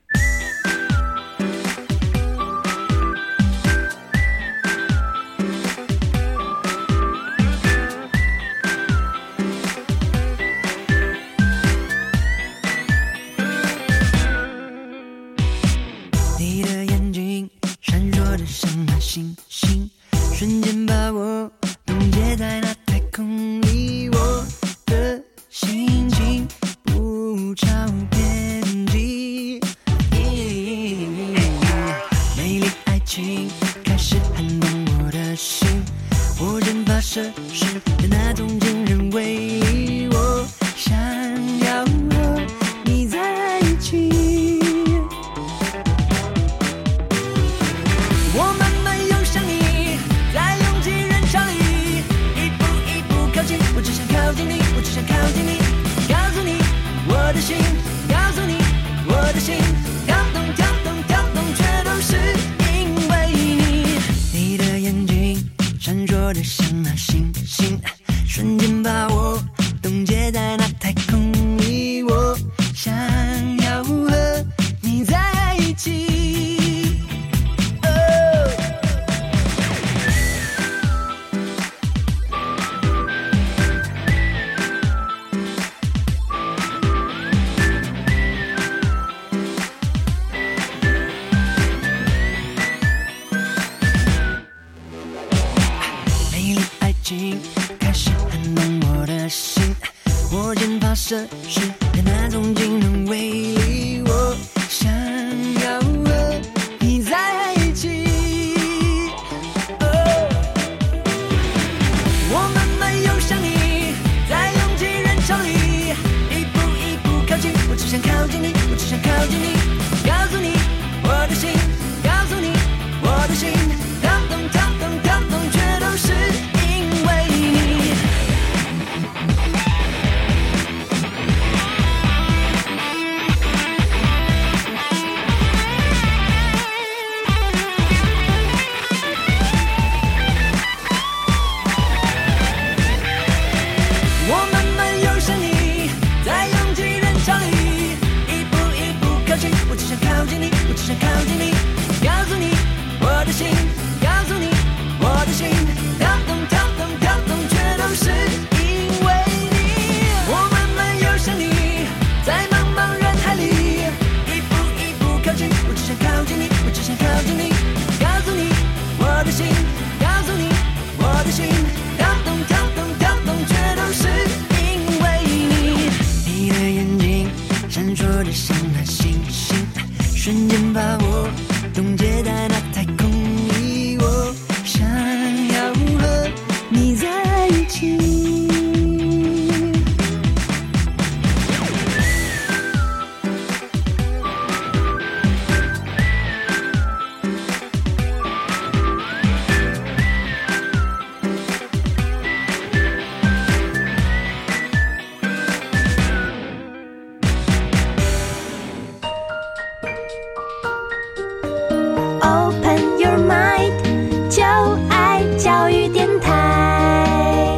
星星瞬间把我设施的那种惊人威力，我想要和你在一起。哦，我慢慢涌向你，在拥挤人潮里，一步一步靠近，我只想靠近你，我只想靠近你，告诉你我的心，告诉你我的心，跳动跳动跳动，却都是因为你。我慢慢涌向你，在拥挤人潮里，一步一步靠近，我只想靠近你，我只想靠近你，告诉你我的心，告诉你我的心，跳动跳动跳动，却都是因为你。我慢慢涌向你，在茫茫人海里，一步一步靠近，我只想靠近你，我只想靠近你，告诉你我的心，告诉你我的心，跳动跳动跳动，却都是因为你。你的眼睛闪烁着像那星星，瞬间把我冻结在那太空里，我想要和你在一起。Open your mind， 就爱教育电台。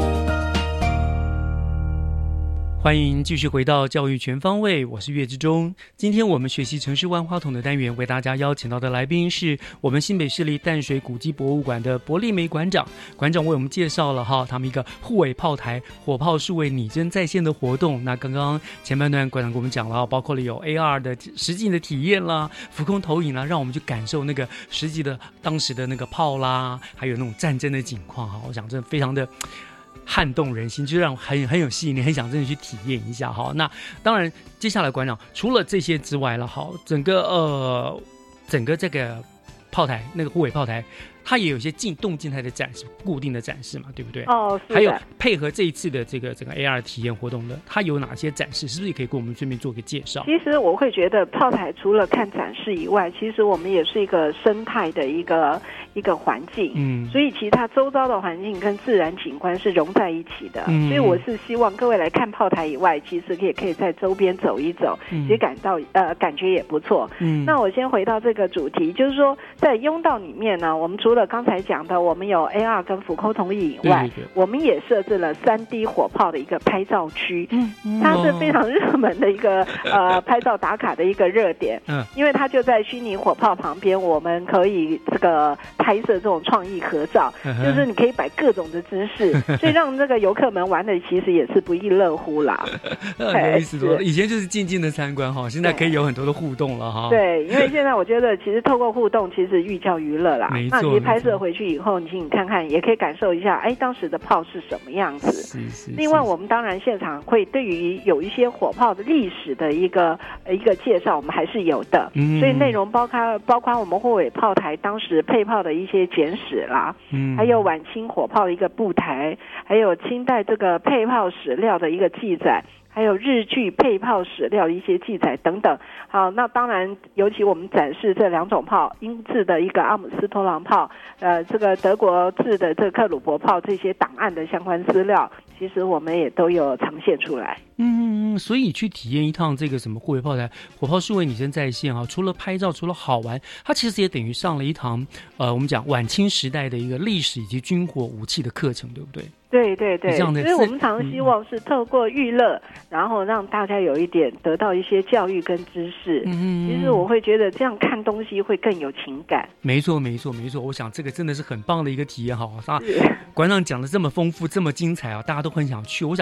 欢迎继续回到教育全方位，我是岳志忠。今天我们学习城市万花筒的单元，为大家邀请到的来宾是我们新北市立淡水古迹博物馆的柏丽梅馆长。馆长为我们介绍了哈他们一个护尾炮台火炮数位拟真再现的活动。那刚刚前半段馆长跟我们讲了，包括了有 A R 的实际的体验啦，浮空投影啦，让我们去感受那个实际的当时的那个炮啦，还有那种战争的景况哈。我想真的非常的撼动人心，就让很很有吸引力，很想真的去体验一下哈。那当然，接下来馆长除了这些之外了，好，整个呃整个这个炮台那个护尾炮台，它也有一些静动静态的展示，固定的展示嘛，对不对？ 哦，是的。 还有配合这一次的这个整个 A R 体验活动的，它有哪些展示？是不是也可以跟我们顺便做个介绍？ 其实我会觉得炮台除了看展示以外，其实我们也是一个生态的一个一个环境，嗯，所以其实它周遭的环境跟自然景观是融在一起的。嗯，所以我是希望各位来看炮台以外，其实也可以在周边走一走，嗯，其实感到呃感觉也不错。嗯，那我先回到这个主题，就是说在拥道里面呢，我们除了刚才讲的我们有 A R 跟浮空投影以外，对对对，我们也设置了 三 D 火炮的一个拍照区，嗯，它是非常热门的一个呃拍照打卡的一个热点，嗯，因为它就在虚拟火炮旁边，我们可以这个拍摄这种创意合照，嗯，就是你可以摆各种的姿势，所以让这个游客们玩的其实也是不亦乐乎啦。 有意思多，以前就是静静的参观哈，现在可以有很多的互动了哈。 对，因为现在我觉得其实透过互动，其实寓教于乐啦。那其实拍摄回去以后，你请你看看，也可以感受一下，哎，当时的炮是什么样子。是是是。另外，我们当然现场会对于有一些火炮的历史的一个一个介绍，我们还是有的。嗯。所以内容包括包括我们护尾炮台当时配炮的一些简史啦，嗯，还有晚清火炮的一个布台，还有清代这个配炮史料的一个记载。还有日剧配炮史料的一些记载等等。好，那当然，尤其我们展示这两种炮，英制的一个阿姆斯特朗炮，呃，这个德国制的这个克虏伯炮，这些档案的相关资料，其实我们也都有呈现出来。 嗯，所以去体验一趟这个什么护尾炮台火炮数位拟真再现啊，除了拍照，除了好玩，它其实也等于上了一堂呃，我们讲晚清时代的一个历史以及军火武器的课程，对不对？ 对对对，所以我们常希望是透过娱乐，嗯，然后让大家有一点得到一些教育跟知识。嗯，其实我会觉得这样看东西会更有情感。 没错没错没错，我想这个真的是很棒的一个体验哈。啊，馆长讲的这么丰富这么精彩啊，大家都很想去。我想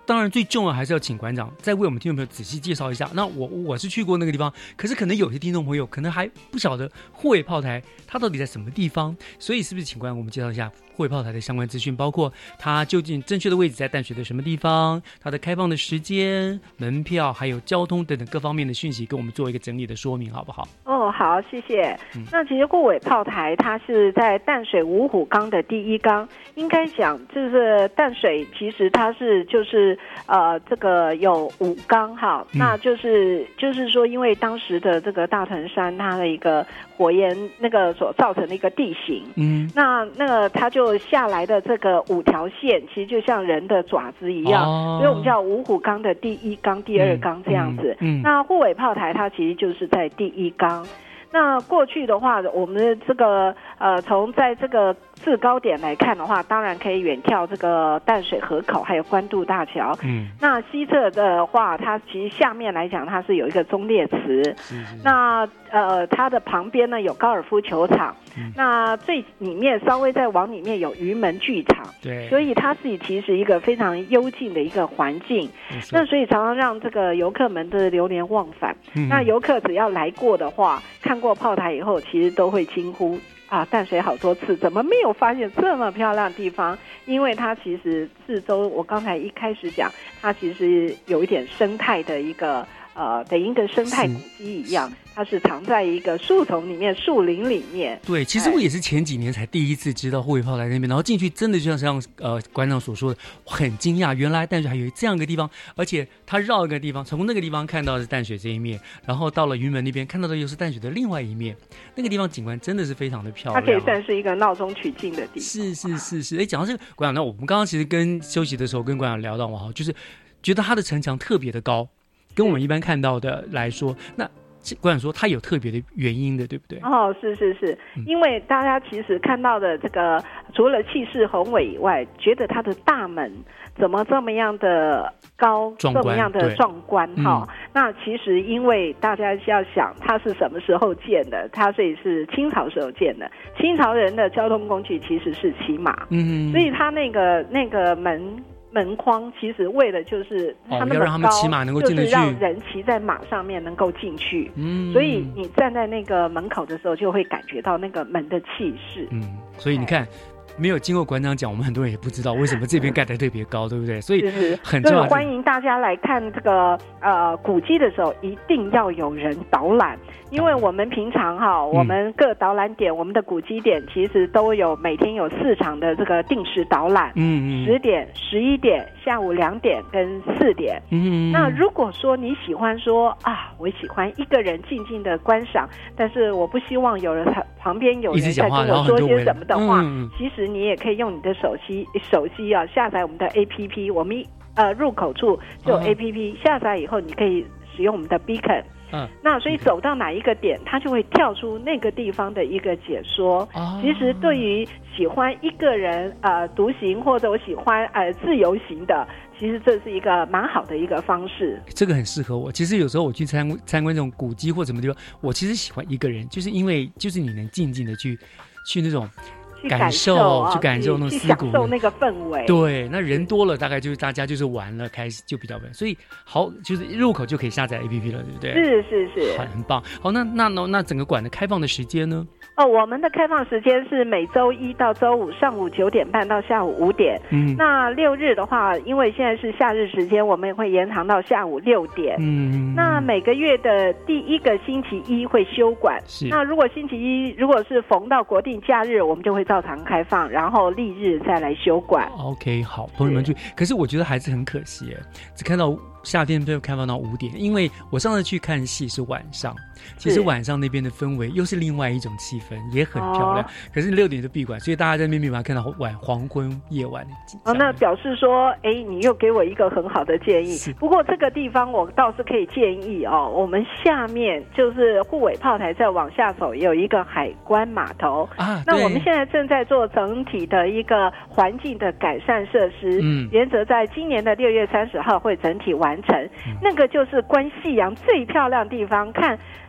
当然最重要还是要请馆长再为我们听众朋友仔细介绍一下。那我我是去过那个地方，可是可能有些听众朋友可能还不晓得护尾炮台它到底在什么地方，所以是不是请馆长我们介绍一下护尾炮台的相关资讯，包括它究竟正确的位置在淡水的什么地方，它的开放的时间、门票还有交通等等各方面的讯息，跟我们做一个整理的说明好不好？ 哦，好，谢谢。嗯、那其实护尾炮台它是在淡水五虎缸的第一缸，应该讲就是淡水其实它是就是呃这个有五缸哈、嗯，那就是就是说因为当时的这个大屯山它的一个火焰那个所造成的一个地形，嗯，那那个它就下来的这个五条线其实就像人的爪子一样，哦、所以我们叫五虎缸的第一缸、第二缸这样子。嗯嗯嗯、那护尾炮台它其实就是在第一缸。那过去的话，我们的这个呃，从在这个制高点来看的话，当然可以远眺这个淡水河口，还有关渡大桥。嗯，那西侧的话，它其实下面来讲，它是有一个忠烈祠。嗯，那呃，它的旁边呢有高尔夫球场。嗯，那最里面稍微再往里面有鱼门剧场。对，所以它是其实一个非常幽静的一个环境。那所以常常让这个游客们的流连忘返。嗯，那游客只要来过的话，看过炮台以后，其实都会惊呼啊，淡水好多次，怎么没有发现这么漂亮的地方？因为它其实四周，我刚才一开始讲，它其实有一点生态的一个呃，等于一个生态古迹一样，它是藏在一个树丛里面、树林里面。对， 其实我也是前几年才第一次知道护尾炮台那边，然后进去真的就像像呃馆长所说的，很惊讶，原来淡水还有这样一个地方，而且它绕一个地方，从那个地方看到的是淡水这一面，然后到了云门那边看到的又是淡水的另外一面，那个地方景观真的是非常的漂亮， 它可以算是一个闹中取静的地方。 是是是是，哎，讲到这个馆长，那我们刚刚其实跟休息的时候跟馆长聊到嘛，哈，就是觉得它的城墙特别的高。跟我们一般看到的来说，那馆长说它有特别的原因的，对不对？ 哦，是是是，嗯、因为大家其实看到的这个，除了气势宏伟以外，觉得它的大门怎么这么样的高，这么样的壮观哈、嗯？那其实因为大家要想，它是什么时候建的？它所以是清朝时候建的。清朝人的交通工具其实是骑马，嗯，所以它那个那个门。门框其实为了就是它那么高，哦、要让他们骑马能够进得去，就是让人骑在马上面能够进去。嗯，所以你站在那个门口的时候，就会感觉到那个门的气势。 嗯，所以你看。没有经过馆长讲，我们很多人也不知道为什么这边盖得特别高，对不对？所以很重要。 所以欢迎大家来看这个呃古迹的时候，一定要有人导览，因为我们平常哈，我们各导览点，我们的古迹点其实都有每天有四场的这个定时导览，嗯嗯，十点、十一点、下午两点跟四点。嗯，那如果说你喜欢说啊，我喜欢一个人静静的观赏，但是我不希望有人旁边有人在跟我说些什么的话，其实。你也可以用你的手机手机啊下载我们的 A P P， 我们呃入口处就有 A P P，、uh-huh. 下载以后你可以使用我们的 Beacon， 嗯，那所以走到哪一个点，它就会跳出那个地方的一个解说。Uh-huh. 其实对于喜欢一个人呃独行或者我喜欢呃自由行的，其实这是一个蛮好的一个方式。 这个很适合我。其实有时候我去参参观这种古迹或什么地方，我其实喜欢一个人，就是因为就是你能静静的去去那种。 去感受， 去感受那种思古，去享受那个氛围。 对，那人多了，大概就是大家就是玩了，开始就比较玩。所以好，就是入口就可以下载 A P P 了，对不对？ 是是是， 很很棒。好，那那那那整个馆的开放的时间呢？ 哦，我们的开放时间是每周一到周五上午九点半到下午五点。嗯，那六日的话，因为现在是夏日时间，我们也会延长到下午六点。嗯，那每个月的第一个星期一会休馆。是，那如果星期一如果是逢到国定假日，我们就会照常开放，然后翌日再来休馆。 OK， 好，朋友们注意。可是我觉得还是很可惜耶，只看到夏天都开放到五点，因为我上次去看戏是晚上，其实晚上那边的氛围又是另外一种气氛，也很漂亮。哦、可是六点就闭馆，所以大家在那边没办法看到晚黄昏夜晚的景象。 哦，那表示说，哎，你又给我一个很好的建议。不过这个地方我倒是可以建议哦，我们下面就是护尾炮台再往下走，有一个海关码头啊。那我们现在正在做整体的一个环境的改善设施，嗯，原则在今年的六月三十号会整体完成。嗯、那个就是观夕阳最漂亮的地方，看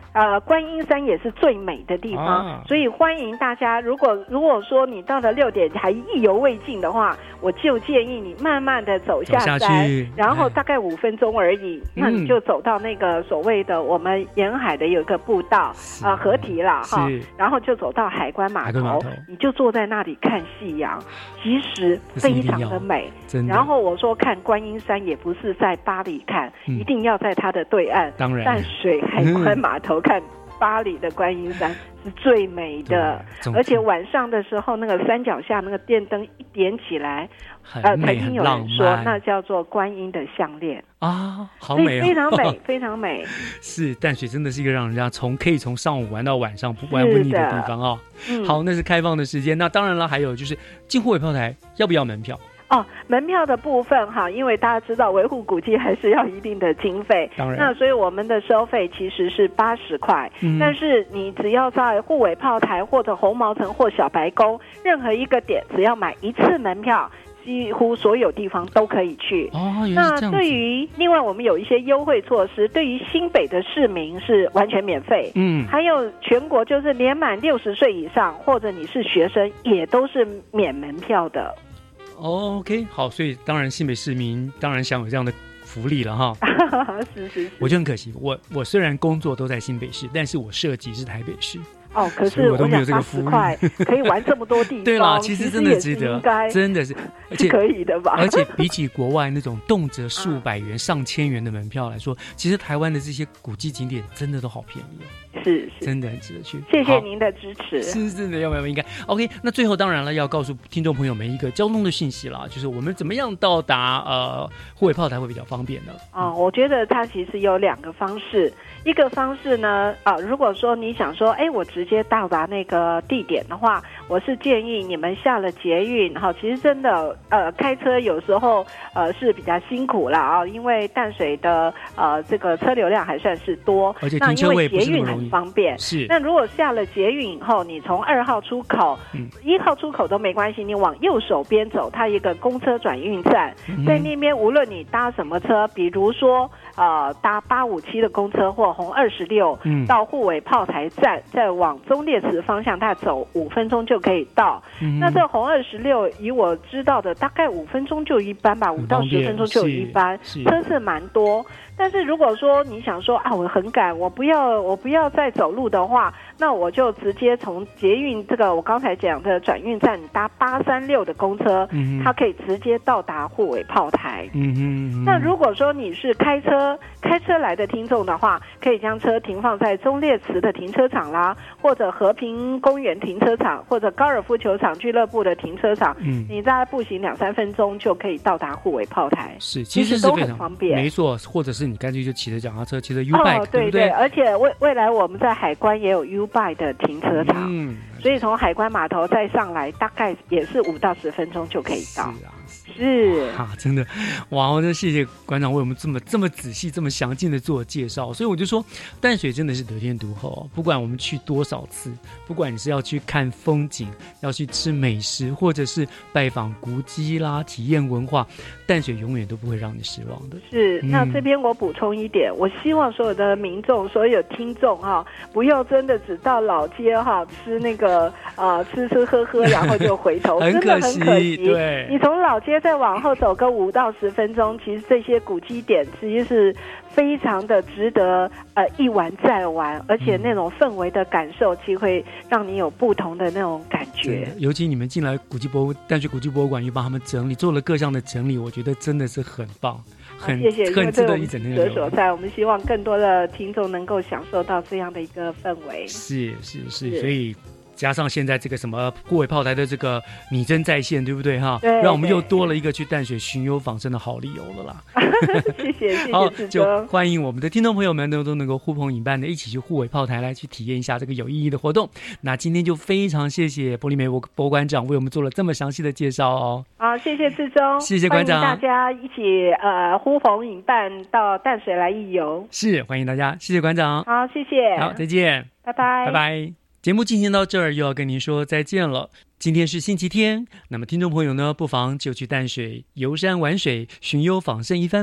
呃，观音山也是最美的地方，啊、所以欢迎大家。如果如果说你到了六点还意犹未尽的话，我就建议你慢慢的走下山，下然后大概五分钟而已，嗯、那你就走到那个所谓的我们沿海的有一个步道啊、呃、河堤啦哈，然后就走到海关码头，码头你就坐在那里看夕阳，其实非常的美。的然后我说看观音山也不是在巴黎看，嗯、一定要在它的对岸，当然淡水海关码头看。巴黎的观音山是最美的，而且晚上的时候，那个山脚下那个电灯一点起来，呃，曾经有人说那叫做观音的项链啊，好美、哦， 非常美，非常美。 是淡水真的是一个让人家从可以从上午玩到晚上不玩不腻的地方啊、哦嗯。好，那是开放的时间。那当然了，还有就是进户尾炮台要不要门票？ 哦，门票的部分哈，因为大家知道维护古迹还是要一定的经费，当然，那所以我们的收费其实是八十块，嗯，但是你只要在户尾炮台或者红毛城或小白沟任何一个点，只要买一次门票，几乎所有地方都可以去。 哦， 那对于另外我们有一些优惠措施，对于新北的市民是完全免费，嗯，还有全国就是年满六十岁以上或者你是学生也都是免门票的。 哦 OK， 好，所以当然新北市民当然享有这样的福利了哈。 是是是， 我就很可惜，我我虽然工作都在新北市，但是我设籍是台北市。 哦，可是我都没有这个服务， 可以玩这么多地方。 对啦，其实真的值得，真的是，而且可以的吧？ 而且比起国外那种动辄数百元、上千元的门票来说，其实台湾的这些古迹景点真的都好便宜哦。 是是， 真的很值得去。 谢谢您的支持。 是是的，要不要应该 OK？ 那最后当然了，要告诉听众朋友们一个交通的讯息啦，就是我们怎么样到达呃户尾炮台会比较方便呢？ 哦，我觉得它其实有两个方式。一个方式呢，啊，如果说你想说，哎，我直接到达那个地点的话，我是建议你们下了捷运，哈，其实真的，呃，开车有时候呃是比较辛苦啦啊，因为淡水的呃这个车流量还算是多， 而且停车位不是那么容易， 那因为捷运很方便。 是。 那如果下了捷运以后，你从二号出口、嗯、一号出口都没关系，你往右手边走，它一个公车转运站，嗯、在那边无论你搭什么车，比如说呃搭八五七的公车或红二十六，到户尾炮台站，再往忠烈祠方向，大概走五分钟就可以到。嗯、那这红二十六，以我知道的，大概五分钟就一班吧，五到十分钟就有一班，车次蛮多。但是如果说你想说啊，我很赶，我不要我不要再走路的话，那我就直接从捷运这个我刚才讲的转运站搭八三六的公车，嗯、它可以直接到达户尾炮台。嗯嗯。那如果说你是开车开车来的听众的话，可以将车停放在忠烈祠的停车场啦，或者和平公园停车场，或者高尔夫球场俱乐部的停车场。嗯，你大概步行两三分钟就可以到达户尾炮台。 是，其实是都很方便， 没错。或者是你干脆就骑着脚踏车，骑着 U-Bike，、哦、 对不对？ 而且未未来我们在海关也有 U-Bike 的停车场，嗯，所以从海关码头再上来，大概也是五到十分钟就可以到。是啊。是啊，真的，哇！我真的谢谢馆长为我们这么这么仔细、这么详尽的做介绍。所以我就说，淡水真的是得天独厚。不管我们去多少次，不管你是要去看风景、要去吃美食，或者是拜访古迹啦、体验文化，淡水永远都不会让你失望的。 是，那这边我补充一点，嗯、我希望所有的民众、所有听众哈，不要真的只到老街哈吃那个呃吃吃喝喝，然后就回头， 很可惜， 真的很可惜。 对， 你从老街再往后走个五到十分钟，其实这些古迹点其实是非常的值得呃一玩再玩，而且那种氛围的感受，其实会让你有不同的那种感觉。 尤其你们进来古迹博物淡水古迹博物馆，又帮他们整理，做了各项的整理，我觉得真的是很棒，很、啊、谢谢，很值得一整天的所在。我们希望更多的听众能够享受到这样的一个氛围。 是是 是, 是，所以。加上现在这个什么户尾炮台的这个拟真在线，对不对哈？ 对， 让我们又多了一个去淡水寻幽访胜的好理由了啦。 谢谢，谢谢。 好，就欢迎我们的听众朋友们都都能够呼朋引伴的一起去户尾炮台来去体验一下这个有意义的活动。那今天就非常谢谢柏林美博馆长为我们做了这么详细的介绍哦。 好，谢谢志忠， 谢谢馆长， 欢迎大家一起呃呼朋引伴到淡水来一游。 是，欢迎大家，谢谢馆长。 好，谢谢。 好，再见， 拜拜， 拜拜。节目进行到这儿，又要跟您说再见了。今天是星期天，那么听众朋友呢，不妨就去淡水游山玩水、寻幽访胜一番吧。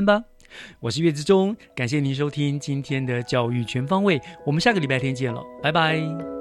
我是岳志忠，感谢您收听今天的教育全方位，我们下个礼拜天见了，拜拜。